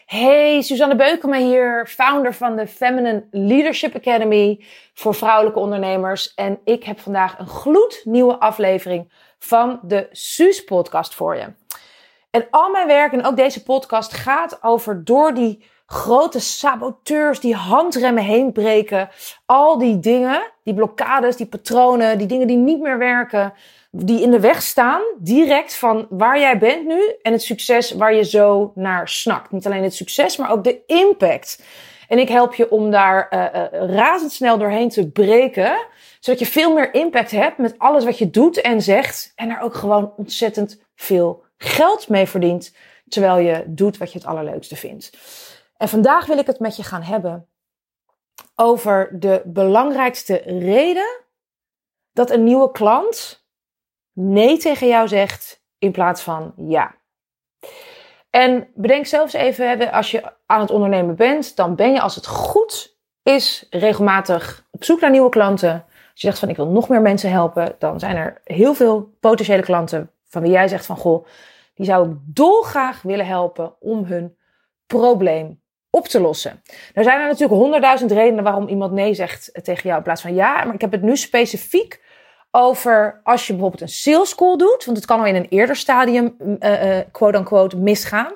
Hey, Suzanne Beukema hier, founder van de Feminine Leadership Academy voor vrouwelijke ondernemers. En ik heb vandaag een gloednieuwe aflevering van de Suus podcast voor je. En al mijn werk en ook deze podcast gaat over door die grote saboteurs, die handremmen heen breken. Al die dingen, die blokkades, die patronen, die dingen die niet meer werken, die in de weg staan, direct van waar jij bent nu en het succes waar je zo naar snakt. Niet alleen het succes, maar ook de impact. En ik help je om daar razendsnel doorheen te breken, zodat je veel meer impact hebt met alles wat je doet en zegt en daar ook gewoon ontzettend veel geld mee verdient, terwijl je doet wat je het allerleukste vindt. En vandaag wil ik het met je gaan hebben over de belangrijkste reden dat een nieuwe klant nee tegen jou zegt in plaats van ja. En bedenk zelfs even, als je aan het ondernemen bent, dan ben je als het goed is regelmatig op zoek naar nieuwe klanten. Als je zegt van ik wil nog meer mensen helpen, dan zijn er heel veel potentiële klanten van wie jij zegt van goh, die zou ik dolgraag willen helpen om hun probleem op te lossen. Er zijn er natuurlijk 100.000 redenen waarom iemand nee zegt tegen jou in plaats van ja. Maar ik heb het nu specifiek over als je bijvoorbeeld een sales call doet. Want het kan al in een eerder stadium quote-unquote misgaan.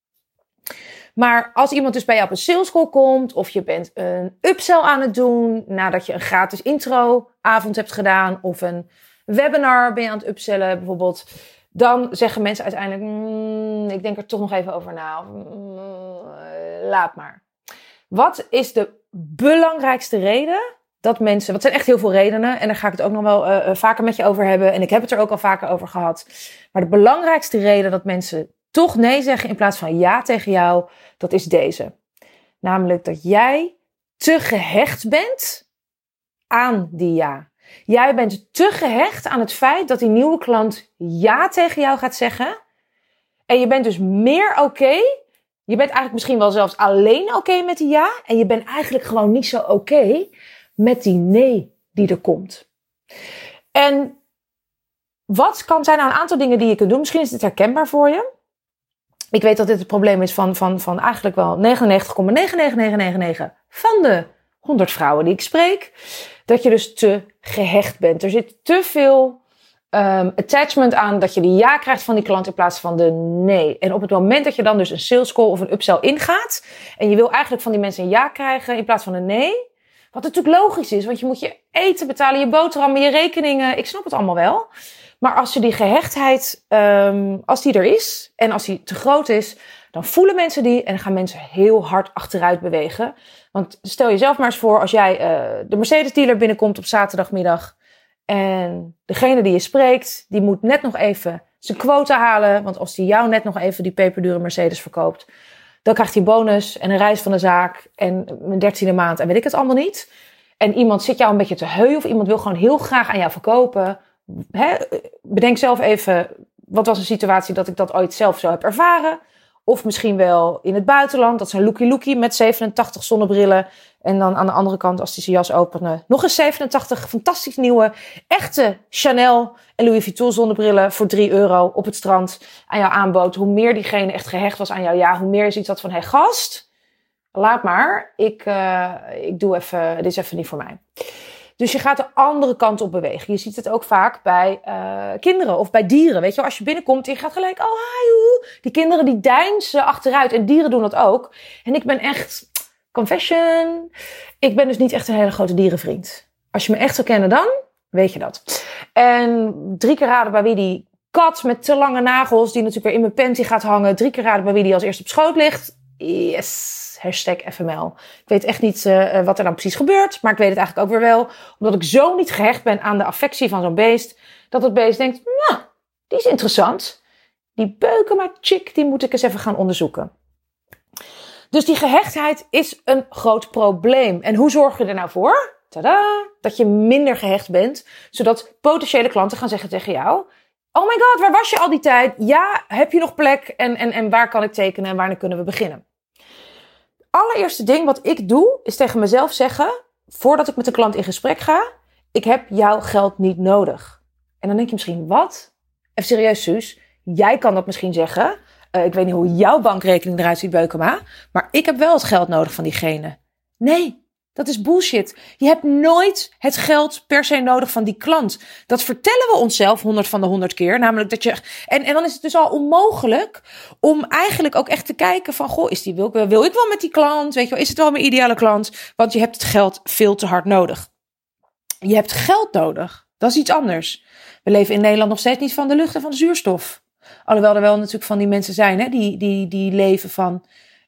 Maar als iemand dus bij jou op een sales call komt, of je bent een upsell aan het doen nadat je een gratis intro avond hebt gedaan, of een webinar ben je aan het upsellen bijvoorbeeld, dan zeggen mensen uiteindelijk, ik denk er toch nog even over na. Laat maar. Wat is de belangrijkste reden dat mensen, wat zijn echt heel veel redenen en daar ga ik het ook nog wel vaker met je over hebben en ik heb het er ook al vaker over gehad. Maar de belangrijkste reden dat mensen toch nee zeggen in plaats van ja tegen jou, dat is deze. Namelijk dat jij te gehecht bent aan die ja. Jij bent te gehecht aan het feit dat die nieuwe klant ja tegen jou gaat zeggen. En je bent dus meer oké. Je bent eigenlijk misschien wel zelfs alleen oké met die ja. En je bent eigenlijk gewoon niet zo oké met die nee die er komt. En wat zijn nou een aantal dingen die je kunt doen? Misschien is dit herkenbaar voor je. Ik weet dat dit het probleem is van eigenlijk wel 99,99999 van de 100 vrouwen die ik spreek. Dat je dus te gehecht bent. Er zit te veel attachment aan dat je de ja krijgt van die klant in plaats van de nee. En op het moment dat je dan dus een sales call of een upsell ingaat en je wil eigenlijk van die mensen een ja krijgen in plaats van een nee. Wat natuurlijk logisch is, want je moet je eten betalen, je boterhammen, je rekeningen. Ik snap het allemaal wel. Maar als je die gehechtheid, als die er is en als die te groot is, dan voelen mensen die en dan gaan mensen heel hard achteruit bewegen. Want stel jezelf maar eens voor als jij de Mercedes dealer binnenkomt op zaterdagmiddag en degene die je spreekt, die moet net nog even zijn quota halen. Want als die jou net nog even die peperdure Mercedes verkoopt, dan krijgt hij bonus en een reis van de zaak en een 13e maand en weet ik het allemaal niet. En iemand zit jou een beetje te heuien of iemand wil gewoon heel graag aan jou verkopen. Bedenk zelf even, wat was een situatie dat ik dat ooit zelf zo heb ervaren? Of misschien wel in het buitenland, dat is een lookie met 87 zonnebrillen. En dan aan de andere kant, als hij zijn jas opende, nog eens 87 fantastisch nieuwe, echte Chanel en Louis Vuitton zonnebrillen voor €3 op het strand aan jou aanbood. Hoe meer diegene echt gehecht was aan jou, ja, hoe meer je ziet dat van, hey gast, laat maar, ik doe even, dit is even niet voor mij. Dus je gaat de andere kant op bewegen. Je ziet het ook vaak bij kinderen of bij dieren. Weet je wel, als je binnenkomt en je gaat gelijk, oh hi, hoe. Die kinderen die deinzen achteruit en dieren doen dat ook. En ik ben echt, confession, ik ben dus niet echt een hele grote dierenvriend. Als je me echt zou kennen dan, weet je dat. En 3 keer raden bij wie die kat met te lange nagels, die natuurlijk weer in mijn panty gaat hangen. 3 keer raden bij wie die als eerst op schoot ligt. Yes. #FML. Ik weet echt niet wat er dan precies gebeurt. Maar ik weet het eigenlijk ook weer wel. Omdat ik zo niet gehecht ben aan de affectie van zo'n beest. Dat het beest denkt, nou, die is interessant. Die Beukema chick, die moet ik eens even gaan onderzoeken. Dus die gehechtheid is een groot probleem. En hoe zorg je er nou voor? Tadaa! Dat je minder gehecht bent. Zodat potentiële klanten gaan zeggen tegen jou, oh my god, waar was je al die tijd? Ja, heb je nog plek? En waar kan ik tekenen en wanneer kunnen we beginnen? Allereerste ding wat ik doe, is tegen mezelf zeggen, voordat ik met een klant in gesprek ga, ik heb jouw geld niet nodig. En dan denk je misschien, wat? Even serieus, Suus, jij kan dat misschien zeggen, Ik weet niet hoe jouw bankrekening eruit ziet, Beukema. Maar ik heb wel het geld nodig van diegene. Nee, dat is bullshit. Je hebt nooit het geld per se nodig van die klant. Dat vertellen we onszelf 100 van de 100 keer. Namelijk dat je... En dan is het dus al onmogelijk om eigenlijk ook echt te kijken van... Goh, wil ik wel met die klant? Weet je wel, is het wel mijn ideale klant? Want je hebt het geld veel te hard nodig. Je hebt geld nodig. Dat is iets anders. We leven in Nederland nog steeds niet van de lucht en van de zuurstof. Alhoewel er wel natuurlijk van die mensen zijn, hè, die leven van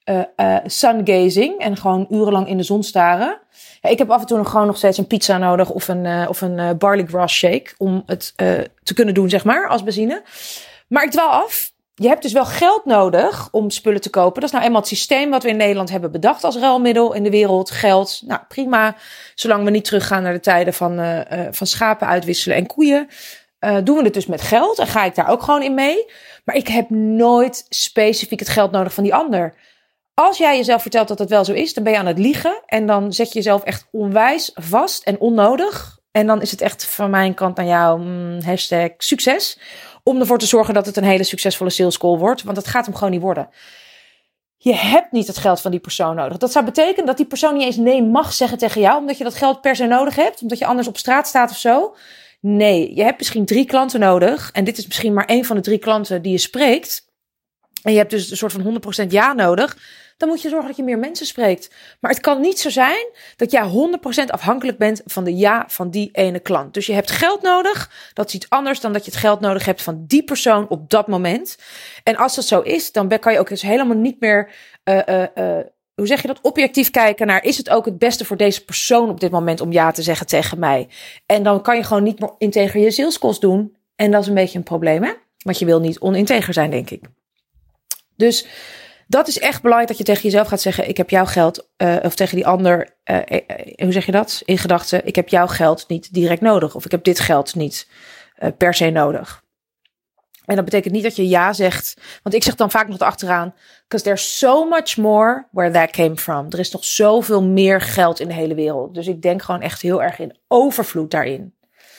sungazing en gewoon urenlang in de zon staren. Ja, ik heb af en toe nog steeds een pizza nodig of een barley grass shake om het te kunnen doen, zeg maar, als benzine. Maar ik dwaal af. Je hebt dus wel geld nodig om spullen te kopen. Dat is nou eenmaal het systeem wat we in Nederland hebben bedacht als ruilmiddel in de wereld. Geld, nou prima. Zolang we niet teruggaan naar de tijden van schapen uitwisselen en koeien. Doen we het dus met geld en ga ik daar ook gewoon in mee. Maar ik heb nooit specifiek het geld nodig van die ander. Als jij jezelf vertelt dat het wel zo is, dan ben je aan het liegen. En dan zet je jezelf echt onwijs vast en onnodig. En dan is het echt van mijn kant naar jou #succes. Om ervoor te zorgen dat het een hele succesvolle sales call wordt. Want dat gaat hem gewoon niet worden. Je hebt niet het geld van die persoon nodig. Dat zou betekenen dat die persoon niet eens nee mag zeggen tegen jou. Omdat je dat geld per se nodig hebt. Omdat je anders op straat staat of zo. Nee, je hebt misschien 3 klanten nodig. En dit is misschien maar 1 van de 3 klanten die je spreekt. En je hebt dus een soort van 100% ja nodig. Dan moet je zorgen dat je meer mensen spreekt. Maar het kan niet zo zijn dat jij 100% afhankelijk bent van de ja van die ene klant. Dus je hebt geld nodig. Dat is iets anders dan dat je het geld nodig hebt van die persoon op dat moment. En als dat zo is, dan kan je ook dus helemaal niet meer... hoe zeg je dat? Objectief kijken naar, is het ook het beste voor deze persoon op dit moment om ja te zeggen tegen mij? En dan kan je gewoon niet meer integer je sales calls doen. En dat is een beetje een probleem, hè? Want je wil niet oninteger zijn, denk ik. Dus dat is echt belangrijk dat je tegen jezelf gaat zeggen, ik heb jouw geld, of tegen die ander, hoe zeg je dat? In gedachten, ik heb jouw geld niet direct nodig. Of ik heb dit geld niet per se nodig. En dat betekent niet dat je ja zegt. Want ik zeg dan vaak nog erachteraan. Because there's so much more where that came from. Er is nog zoveel meer geld in de hele wereld. Dus ik denk gewoon echt heel erg in overvloed daarin.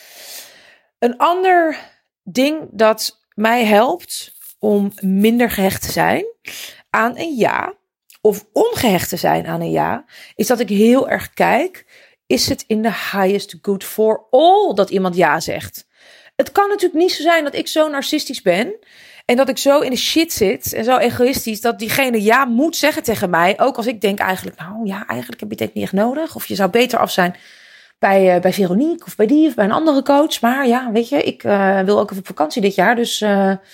Een ander ding dat mij helpt om minder gehecht te zijn aan een ja. Of ongehecht te zijn aan een ja. Is dat ik heel erg kijk. Is het in the highest good for all dat iemand ja zegt? Het kan natuurlijk niet zo zijn dat ik zo narcistisch ben. En dat ik zo in de shit zit. En zo egoïstisch. Dat diegene ja moet zeggen tegen mij. Ook als ik denk eigenlijk. Nou ja, eigenlijk heb je het niet echt nodig. Of je zou beter af zijn bij Veronique. Of bij die of bij een andere coach. Maar ja, weet je. Ik wil ook even op vakantie dit jaar. Dus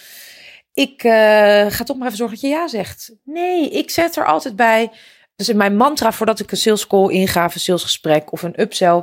ik ga toch maar even zorgen dat je ja zegt. Nee, ik zet er altijd bij. Dus in mijn mantra voordat ik een sales call inga. Een salesgesprek of een upsell.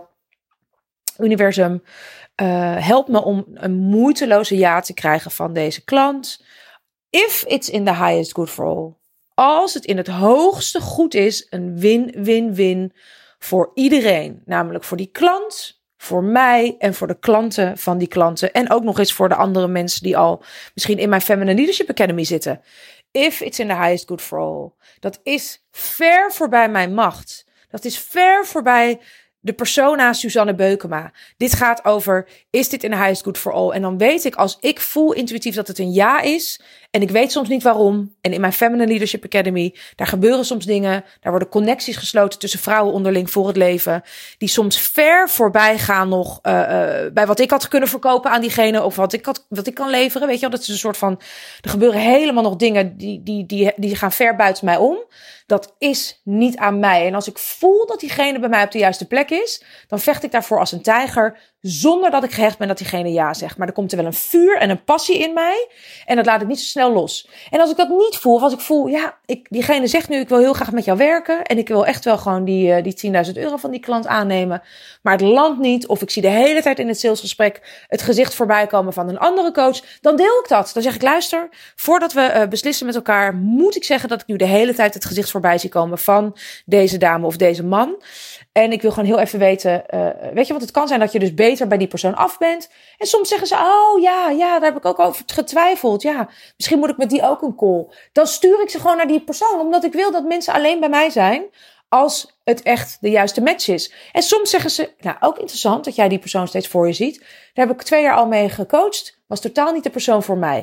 Universum. Help me om een moeiteloze ja te krijgen van deze klant. If it's in the highest good for all. Als het in het hoogste goed is, een win-win-win voor iedereen. Namelijk voor die klant, voor mij en voor de klanten van die klanten. En ook nog eens voor de andere mensen die al misschien in mijn Feminine Leadership Academy zitten. If it's in the highest good for all. Dat is ver voorbij mijn macht. Dat is ver voorbij de persona Suzanne Beukema. Dit gaat over, is dit in the highest good for all? En dan weet ik, als ik voel intuïtief dat het een ja is. En ik weet soms niet waarom. En in mijn Feminine Leadership Academy, daar gebeuren soms dingen. Daar worden connecties gesloten tussen vrouwen onderling voor het leven. Die soms ver voorbij gaan nog bij wat ik had kunnen verkopen aan diegene. Of wat ik kan leveren. Weet je wel, dat is een soort van, er gebeuren helemaal nog dingen die gaan ver buiten mij om. Dat is niet aan mij. En als ik voel dat diegene bij mij op de juiste plek is, dan vecht ik daarvoor als een tijger, zonder dat ik gehecht ben dat diegene ja zegt. Maar er komt er wel een vuur en een passie in mij. En dat laat ik niet zo snel los. En als ik dat niet voel, of als ik voel, ja, diegene zegt nu, ik wil heel graag met jou werken. En ik wil echt wel gewoon die 10.000 euro van die klant aannemen. Maar het landt niet. Of ik zie de hele tijd in het salesgesprek het gezicht voorbij komen van een andere coach. Dan deel ik dat. Dan zeg ik, luister, voordat we beslissen met elkaar, moet ik zeggen dat ik nu de hele tijd het gezicht voorbij zie komen van deze dame of deze man. En ik wil gewoon heel even weten, weet je wat, het kan zijn dat je dus beter bij die persoon af bent. En soms zeggen ze, oh ja, daar heb ik ook over getwijfeld. Ja, misschien moet ik met die ook een call. Dan stuur ik ze gewoon naar die persoon, omdat ik wil dat mensen alleen bij mij zijn als het echt de juiste match is. En soms zeggen ze, nou ook interessant dat jij die persoon steeds voor je ziet. Daar heb ik 2 jaar al mee gecoacht, was totaal niet de persoon voor mij.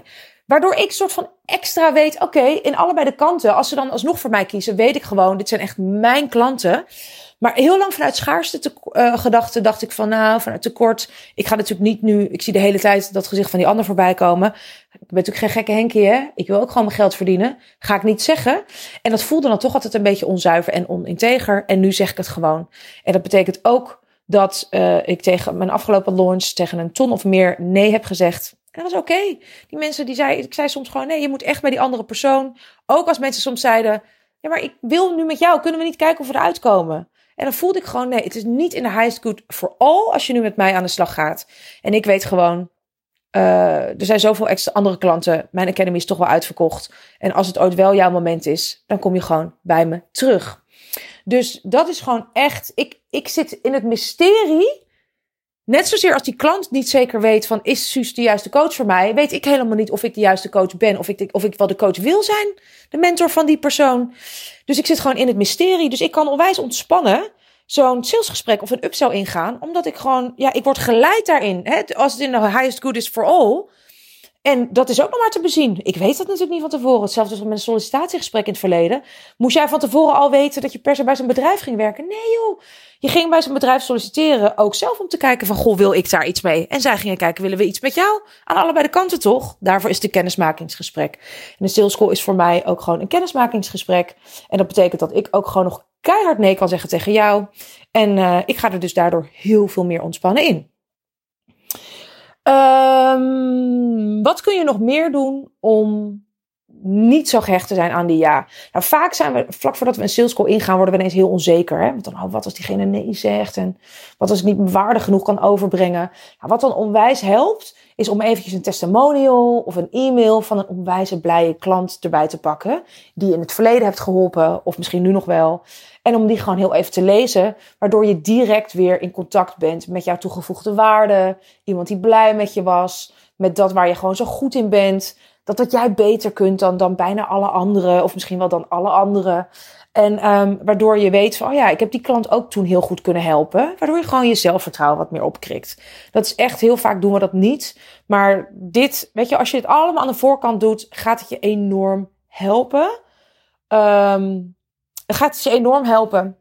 Waardoor ik soort van extra weet, oké, in allebei de kanten, als ze dan alsnog voor mij kiezen, weet ik gewoon, dit zijn echt mijn klanten. Maar heel lang vanuit schaarste gedachte dacht ik van, nou, vanuit tekort. Ik ga natuurlijk niet nu, ik zie de hele tijd dat gezicht van die ander voorbij komen. Ik ben natuurlijk geen gekke Henkie, hè. Ik wil ook gewoon mijn geld verdienen. Ga ik niet zeggen. En dat voelde dan toch altijd een beetje onzuiver en oninteger. En nu zeg ik het gewoon. En dat betekent ook dat ik tegen mijn afgelopen launch tegen een ton of meer nee heb gezegd. En dat was oké. Die mensen ik zei soms gewoon nee, je moet echt bij die andere persoon. Ook als mensen soms zeiden, ja, maar ik wil nu met jou, kunnen we niet kijken of we eruit komen? En dan voelde ik gewoon, nee, het is niet in de highest good for all als je nu met mij aan de slag gaat. En ik weet gewoon, er zijn zoveel extra andere klanten. Mijn academy is toch wel uitverkocht. En als het ooit wel jouw moment is, dan kom je gewoon bij me terug. Dus dat is gewoon echt, ik zit in het mysterie. Net zozeer als die klant niet zeker weet van, is Suus de juiste coach voor mij? Weet ik helemaal niet of ik de juiste coach ben. Of ik wel de coach wil zijn. De mentor van die persoon. Dus ik zit gewoon in het mysterie. Dus ik kan onwijs ontspannen zo'n salesgesprek of een upsell ingaan. Omdat ik gewoon, ja, ik word geleid daarin. Hè? Als het in de highest good is for all. En dat is ook nog maar te bezien. Ik weet dat natuurlijk niet van tevoren. Hetzelfde als met een sollicitatiegesprek in het verleden. Moest jij van tevoren al weten dat je per se bij zo'n bedrijf ging werken? Nee joh. Je ging bij zo'n bedrijf solliciteren ook zelf om te kijken van, goh, wil ik daar iets mee? En zij gingen kijken, willen we iets met jou? Aan allebei de kanten toch? Daarvoor is het een kennismakingsgesprek. En de sales call is voor mij ook gewoon een kennismakingsgesprek. En dat betekent dat ik ook gewoon nog keihard nee kan zeggen tegen jou. En ik ga er dus daardoor heel veel meer ontspannen in. Wat kun je nog meer doen om niet zo gehecht te zijn aan die ja? Nou, vaak zijn we, vlak voordat we een sales call ingaan, worden we ineens heel onzeker. Hè? Want dan, wat als diegene nee zegt? En wat als ik niet me waardig genoeg kan overbrengen? Nou, wat dan onwijs helpt, is om eventjes een testimonial of een e-mail van een onwijze blije klant erbij te pakken. Die je in het verleden hebt geholpen, of misschien nu nog wel. En om die gewoon heel even te lezen, waardoor je direct weer in contact bent met jouw toegevoegde waarde. Iemand die blij met je was, met dat waar je gewoon zo goed in bent. Dat jij beter kunt dan bijna alle anderen, of misschien wel dan alle anderen. En waardoor je weet van, oh ja, ik heb die klant ook toen heel goed kunnen helpen. Waardoor je gewoon je zelfvertrouwen wat meer opkrikt. Dat is echt, heel vaak doen we dat niet. Maar dit, weet je, als je het allemaal aan de voorkant doet, gaat het je enorm helpen. Het gaat je enorm helpen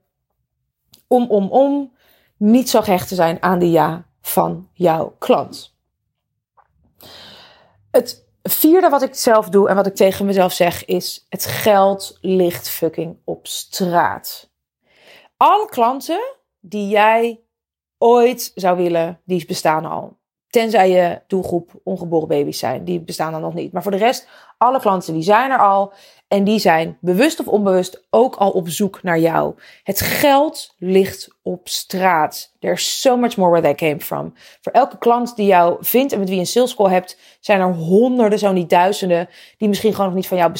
om niet zo gehecht te zijn aan de ja van jouw klant. Het vierde wat ik zelf doe en wat ik tegen mezelf zeg is, het geld ligt fucking op straat. Alle klanten die jij ooit zou willen, die bestaan al. Tenzij je doelgroep ongeboren baby's zijn, die bestaan dan nog niet. Maar voor de rest, alle klanten die zijn er al. En die zijn bewust of onbewust ook al op zoek naar jou. Het geld ligt op straat. There's so much more where they came from. Voor elke klant die jou vindt en met wie je een sales call hebt, zijn er honderden, zo niet duizenden, die misschien gewoon nog niet van jouw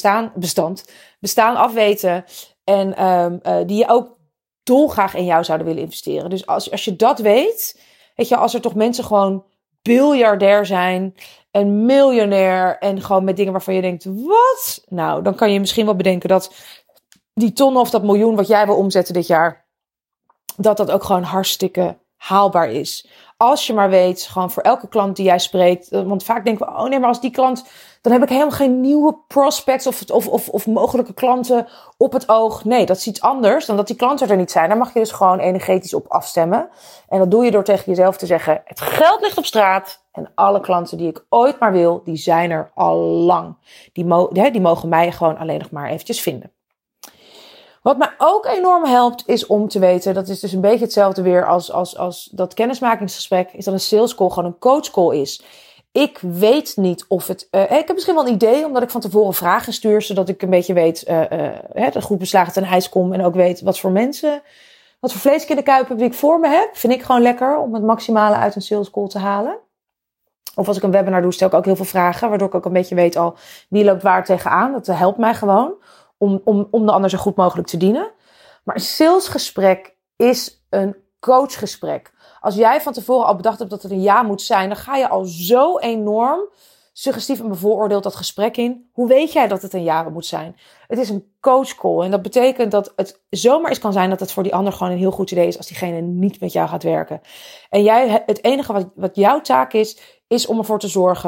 bestaan afweten. En die je ook dolgraag in jou zouden willen investeren. Dus als je dat weet, weet je, als er toch mensen gewoon biljardair zijn en miljonair en gewoon met dingen waarvan je denkt, wat? Nou, dan kan je misschien wel bedenken dat die ton of dat miljoen wat jij wil omzetten dit jaar, dat ook gewoon hartstikke haalbaar is. Als je maar weet, gewoon voor elke klant die jij spreekt, want vaak denken we, oh nee, maar als die klant, dan heb ik helemaal geen nieuwe prospects of mogelijke klanten op het oog. Nee, dat is iets anders dan dat die klanten er niet zijn. Daar mag je dus gewoon energetisch op afstemmen. En dat doe je door tegen jezelf te zeggen, het geld ligt op straat en alle klanten die ik ooit maar wil, die zijn er al lang. Die mogen mij gewoon alleen nog maar eventjes vinden. Wat mij ook enorm helpt is om te weten, dat is dus een beetje hetzelfde weer als dat kennismakingsgesprek, is dat een sales call gewoon een coach call is. Ik weet niet of het, ik heb misschien wel een idee, omdat ik van tevoren vragen stuur, zodat ik een beetje weet, dat goed beslagen ten ijs kom en ook weet wat voor mensen, wat voor vlees ik in de kuip heb die ik voor me heb. Vind ik gewoon lekker om het maximale uit een sales call te halen. Of als ik een webinar doe, stel ik ook heel veel vragen, waardoor ik ook een beetje weet al wie loopt waar tegenaan. Dat helpt mij gewoon. Om de ander zo goed mogelijk te dienen. Maar een salesgesprek is een coachgesprek. Als jij van tevoren al bedacht hebt dat het een ja moet zijn, dan ga je al zo enorm suggestief en bevooroordeeld dat gesprek in. Hoe weet jij dat het een ja moet zijn? Het is een coachcall. En dat betekent dat het zomaar eens kan zijn dat het voor die ander gewoon een heel goed idee is als diegene niet met jou gaat werken. En het enige wat jouw taak is om ervoor te zorgen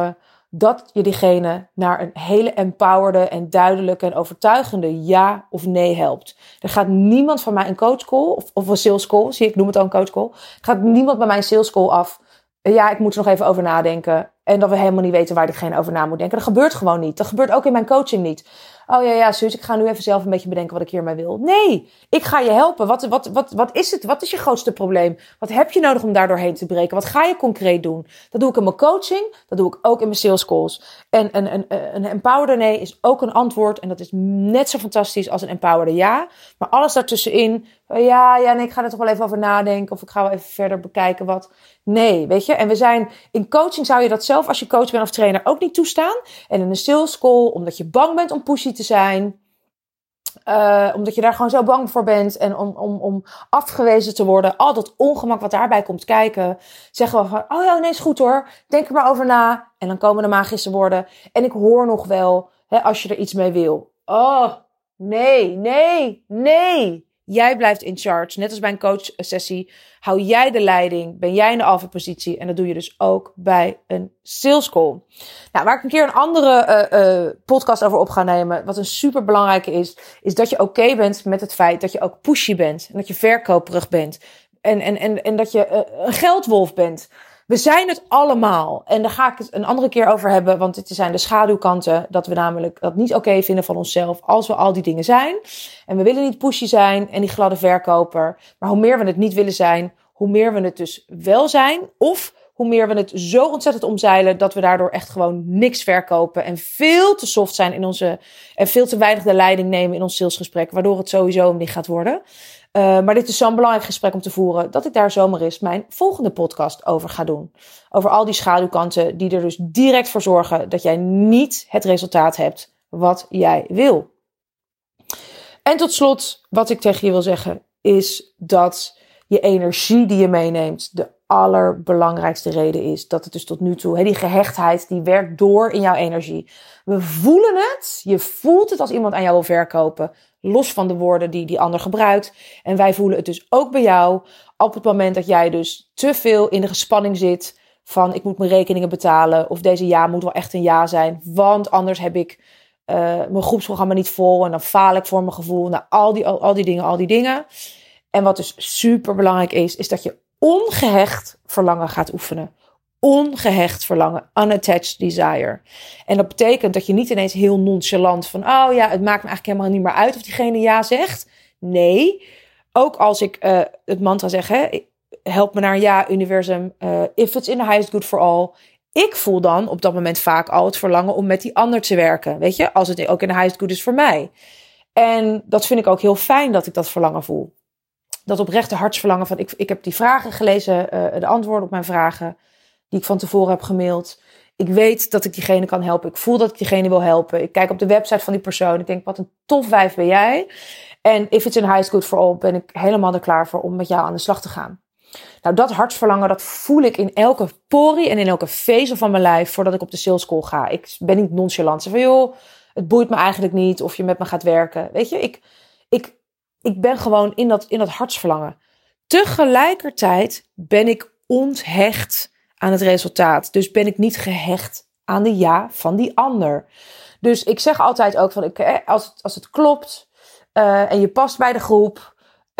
dat je diegene naar een hele empowerde en duidelijke en overtuigende ja of nee helpt. Er gaat niemand van mij een coachcall of een sales call, ik noem het al een coachcall. Er gaat niemand bij mij een sales call af. Ja, ik moet er nog even over nadenken. En dat we helemaal niet weten waar diegene over na moet denken. Dat gebeurt gewoon niet. Dat gebeurt ook in mijn coaching niet. Oh ja, Suus, ik ga nu even zelf een beetje bedenken wat ik hiermee wil. Nee, ik ga je helpen. Wat is het? Wat is je grootste probleem? Wat heb je nodig om daar doorheen te breken? Wat ga je concreet doen? Dat doe ik in mijn coaching. Dat doe ik ook in mijn sales calls. En een empowerder nee is ook een antwoord. En dat is net zo fantastisch als een empowerder ja. Maar alles daartussenin. Nee, ik ga er toch wel even over nadenken. Of ik ga wel even verder bekijken wat. Nee, weet je. En we zijn in coaching zou je dat zelf als je coach bent of trainer ook niet toestaan. En in een sales call, omdat je bang bent om pushy te zijn. Omdat je daar gewoon zo bang voor bent. En om afgewezen te worden. Al dat ongemak wat daarbij komt kijken. Zeggen we van, oh ja, nee, is goed hoor. Denk er maar over na. En dan komen de magische woorden. En ik hoor nog wel, als je er iets mee wil. Oh, nee. Jij blijft in charge. Net als bij een coachsessie. Hou jij de leiding. Ben jij in de alpha-positie. En dat doe je dus ook bij een sales call. Nou, waar ik een keer een andere podcast over op ga nemen. Wat een super belangrijke is dat je oké bent met het feit dat je ook pushy bent. En dat je verkoperig bent. En dat je een geldwolf bent. We zijn het allemaal. En daar ga ik het een andere keer over hebben. Want dit zijn de schaduwkanten. Dat we namelijk dat niet oké vinden van onszelf. Als we al die dingen zijn. En we willen niet pushy zijn. En die gladde verkoper. Maar hoe meer we het niet willen zijn. Hoe meer we het dus wel zijn. Of hoe meer we het zo ontzettend omzeilen. Dat we daardoor echt gewoon niks verkopen. En veel te soft zijn in onze. En veel te weinig de leiding nemen in ons salesgesprek. Waardoor het sowieso niet gaat worden. Maar dit is zo'n belangrijk gesprek om te voeren. Dat ik daar zomaar eens mijn volgende podcast over ga doen. Over al die schaduwkanten die er dus direct voor zorgen. Dat jij niet het resultaat hebt wat jij wil. En tot slot, wat ik tegen je wil zeggen. Is dat je energie die je meeneemt de allerbelangrijkste reden is. Dat het dus tot nu toe, die gehechtheid, die werkt door in jouw energie. We voelen het. Je voelt het als iemand aan jou wil verkopen. Los van de woorden die ander gebruikt. En wij voelen het dus ook bij jou. Op het moment dat jij dus te veel in de gespanning zit. Van ik moet mijn rekeningen betalen. Of deze ja moet wel echt een ja zijn. Want anders heb ik mijn groepsprogramma niet vol. En dan faal ik voor mijn gevoel. Nou, al die dingen. En wat dus super belangrijk is dat je ongehecht verlangen gaat oefenen. Ongehecht verlangen, unattached desire. En dat betekent dat je niet ineens heel nonchalant van, oh ja, het maakt me eigenlijk helemaal niet meer uit of diegene ja zegt. Nee, ook als ik het mantra zeg, help me naar een ja, universum, if it's in the highest good for all. Ik voel dan op dat moment vaak al het verlangen om met die ander te werken, weet je, als het ook in the highest good is voor mij. En dat vind ik ook heel fijn dat ik dat verlangen voel. Dat oprechte hartsverlangen van, ik heb die vragen gelezen, de antwoorden op mijn vragen, die ik van tevoren heb gemaild. Ik weet dat ik diegene kan helpen. Ik voel dat ik diegene wil helpen. Ik kijk op de website van die persoon. Ik denk, wat een tof wijf ben jij. En if it's in highest good for all, ben ik helemaal er klaar voor om met jou aan de slag te gaan. Nou, dat hartsverlangen, dat voel ik in elke porie en in elke vezel van mijn lijf voordat ik op de sales call ga. Ik ben niet nonchalant. Van joh, het boeit me eigenlijk niet of je met me gaat werken. Weet je, ik ben gewoon in dat hartsverlangen. Tegelijkertijd ben ik onthecht aan het resultaat. Dus ben ik niet gehecht aan de ja van die ander. Dus ik zeg altijd ook van, als het klopt en je past bij de groep,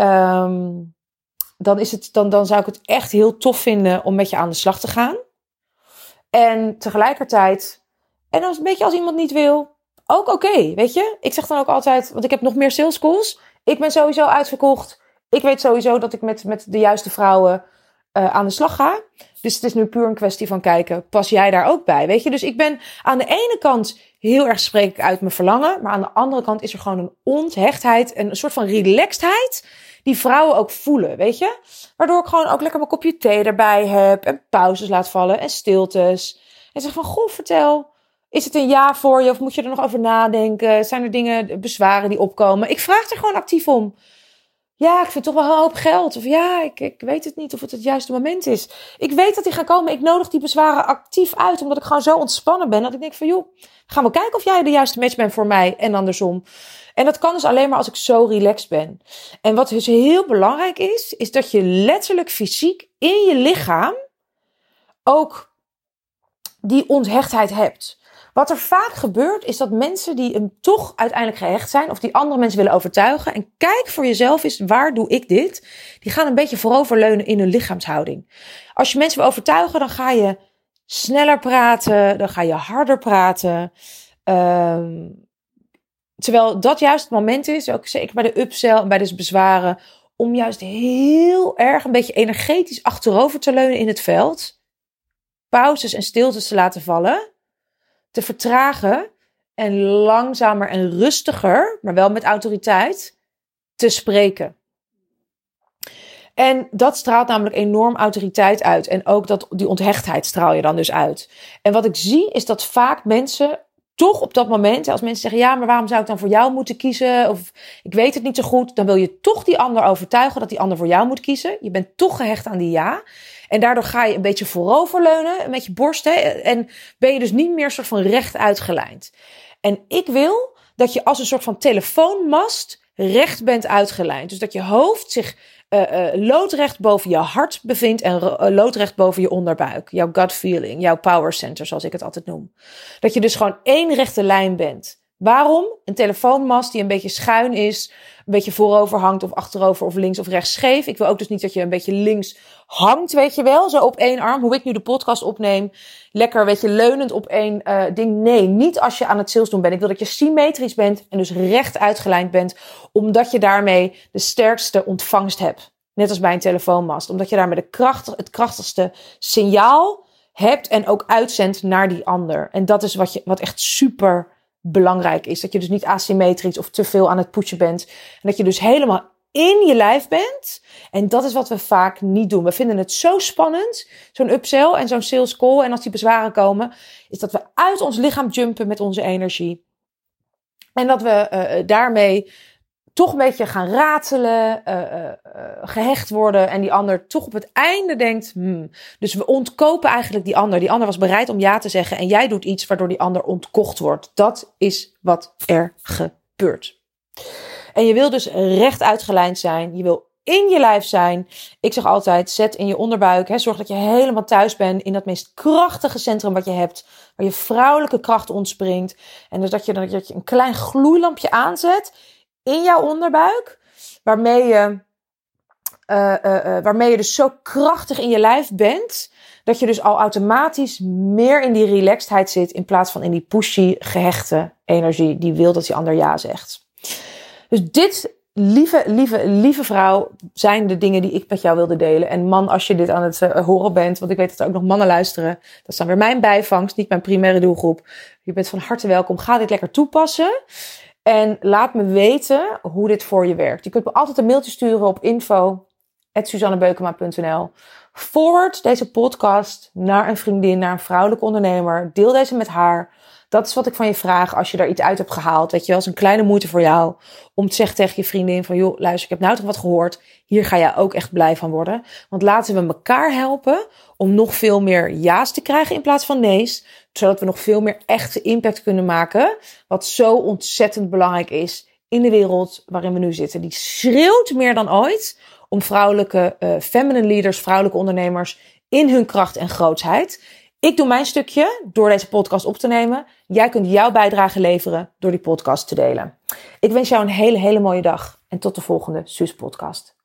dan zou ik het echt heel tof vinden om met je aan de slag te gaan. En tegelijkertijd, en als een beetje als iemand niet wil, ook oké, weet je. Ik zeg dan ook altijd, want ik heb nog meer sales calls. Ik ben sowieso uitverkocht. Ik weet sowieso dat ik met de juiste vrouwen aan de slag ga. Dus het is nu puur een kwestie van kijken, pas jij daar ook bij, weet je? Dus ik ben aan de ene kant heel erg spreek ik uit mijn verlangen. Maar aan de andere kant is er gewoon een onthechtheid en een soort van relaxedheid die vrouwen ook voelen, weet je? Waardoor ik gewoon ook lekker mijn kopje thee erbij heb en pauzes laat vallen en stiltes. En zeg van, goh, vertel, is het een ja voor je of moet je er nog over nadenken? Zijn er dingen, bezwaren die opkomen? Ik vraag er gewoon actief om. Ja, ik vind toch wel een hoop geld. Of ja, ik weet het niet of het juiste moment is. Ik weet dat die gaan komen. Ik nodig die bezwaren actief uit. Omdat ik gewoon zo ontspannen ben. Dat ik denk van joh, gaan we kijken of jij de juiste match bent voor mij. En andersom. En dat kan dus alleen maar als ik zo relaxed ben. En wat dus heel belangrijk is dat je letterlijk fysiek in je lichaam ook die onthechtheid hebt. Wat er vaak gebeurt is dat mensen die hem toch uiteindelijk gehecht zijn, of die andere mensen willen overtuigen, en kijk voor jezelf eens, waar doe ik dit? Die gaan een beetje vooroverleunen in hun lichaamshouding. Als je mensen wil overtuigen, dan ga je sneller praten, dan ga je harder praten. Terwijl dat juist het moment is, ook zeker bij de upsell en bij de bezwaren, om juist heel erg een beetje energetisch achterover te leunen in het veld. Pauzes en stiltes te laten vallen. Te vertragen en langzamer en rustiger, maar wel met autoriteit, te spreken. En dat straalt namelijk enorm autoriteit uit. En ook die onthechtheid straal je dan dus uit. En wat ik zie is dat vaak mensen toch op dat moment, als mensen zeggen, ja, maar waarom zou ik dan voor jou moeten kiezen? Of ik weet het niet zo goed. Dan wil je toch die ander overtuigen dat die ander voor jou moet kiezen. Je bent toch gehecht aan die ja. En daardoor ga je een beetje vooroverleunen met je borst. Hè? En ben je dus niet meer soort van recht uitgelijnd. En ik wil dat je als een soort van telefoonmast recht bent uitgelijnd. Dus dat je hoofd zich loodrecht boven je hart bevindt en loodrecht boven je onderbuik. Jouw gut feeling, jouw power center, zoals ik het altijd noem. Dat je dus gewoon één rechte lijn bent. Waarom? Een telefoonmast die een beetje schuin is, een beetje voorover hangt of achterover of links of rechts scheef. Ik wil ook dus niet dat je een beetje links hangt, weet je wel, zo op één arm. Hoe ik nu de podcast opneem, lekker, weet je, leunend op één ding. Nee, niet als je aan het sales doen bent. Ik wil dat je symmetrisch bent en dus recht uitgelijnd bent, omdat je daarmee de sterkste ontvangst hebt. Net als bij een telefoonmast. Omdat je daarmee het krachtigste signaal hebt en ook uitzendt naar die ander. En dat is wat echt super belangrijk is. Dat je dus niet asymmetrisch of te veel aan het pushen bent. En dat je dus helemaal in je lijf bent. En dat is wat we vaak niet doen. We vinden het zo spannend, zo'n upsell en zo'n sales call. En als die bezwaren komen, is dat we uit ons lichaam jumpen met onze energie. En dat we daarmee toch een beetje gaan ratelen, gehecht worden. En die ander toch op het einde denkt, Dus we ontkopen eigenlijk die ander. Die ander was bereid om ja te zeggen. En jij doet iets waardoor die ander ontkocht wordt. Dat is wat er gebeurt. En je wil dus recht uitgelijnd zijn. Je wil in je lijf zijn. Ik zeg altijd, zet in je onderbuik. Zorg dat je helemaal thuis bent in dat meest krachtige centrum wat je hebt. Waar je vrouwelijke kracht ontspringt. En dus dat je een klein gloeilampje aanzet in jouw onderbuik. Waarmee je dus zo krachtig in je lijf bent. Dat je dus al automatisch meer in die relaxedheid zit. In plaats van in die pushy, gehechte energie. Die wil dat die ander ja zegt. Dus dit, lieve vrouw, zijn de dingen die ik met jou wilde delen. En man, als je dit aan het horen bent, want ik weet dat er ook nog mannen luisteren. Dat is dan weer mijn bijvangst, niet mijn primaire doelgroep. Je bent van harte welkom. Ga dit lekker toepassen. En laat me weten hoe dit voor je werkt. Je kunt me altijd een mailtje sturen op info@suzannebeukema.nl. Forward deze podcast naar een vriendin, naar een vrouwelijke ondernemer. Deel deze met haar. Dat is wat ik van je vraag als je daar iets uit hebt gehaald. Weet je wel, is een kleine moeite voor jou. Om te zeggen tegen je vriendin van, joh, luister, ik heb nou toch wat gehoord. Hier ga jij ook echt blij van worden. Want laten we elkaar helpen om nog veel meer ja's te krijgen in plaats van nee's. Zodat we nog veel meer echte impact kunnen maken. Wat zo ontzettend belangrijk is in de wereld waarin we nu zitten. Die schreeuwt meer dan ooit om vrouwelijke feminine leaders, vrouwelijke ondernemers in hun kracht en grootsheid. Ik doe mijn stukje door deze podcast op te nemen. Jij kunt jouw bijdrage leveren door die podcast te delen. Ik wens jou een hele mooie dag. En tot de volgende Suus podcast.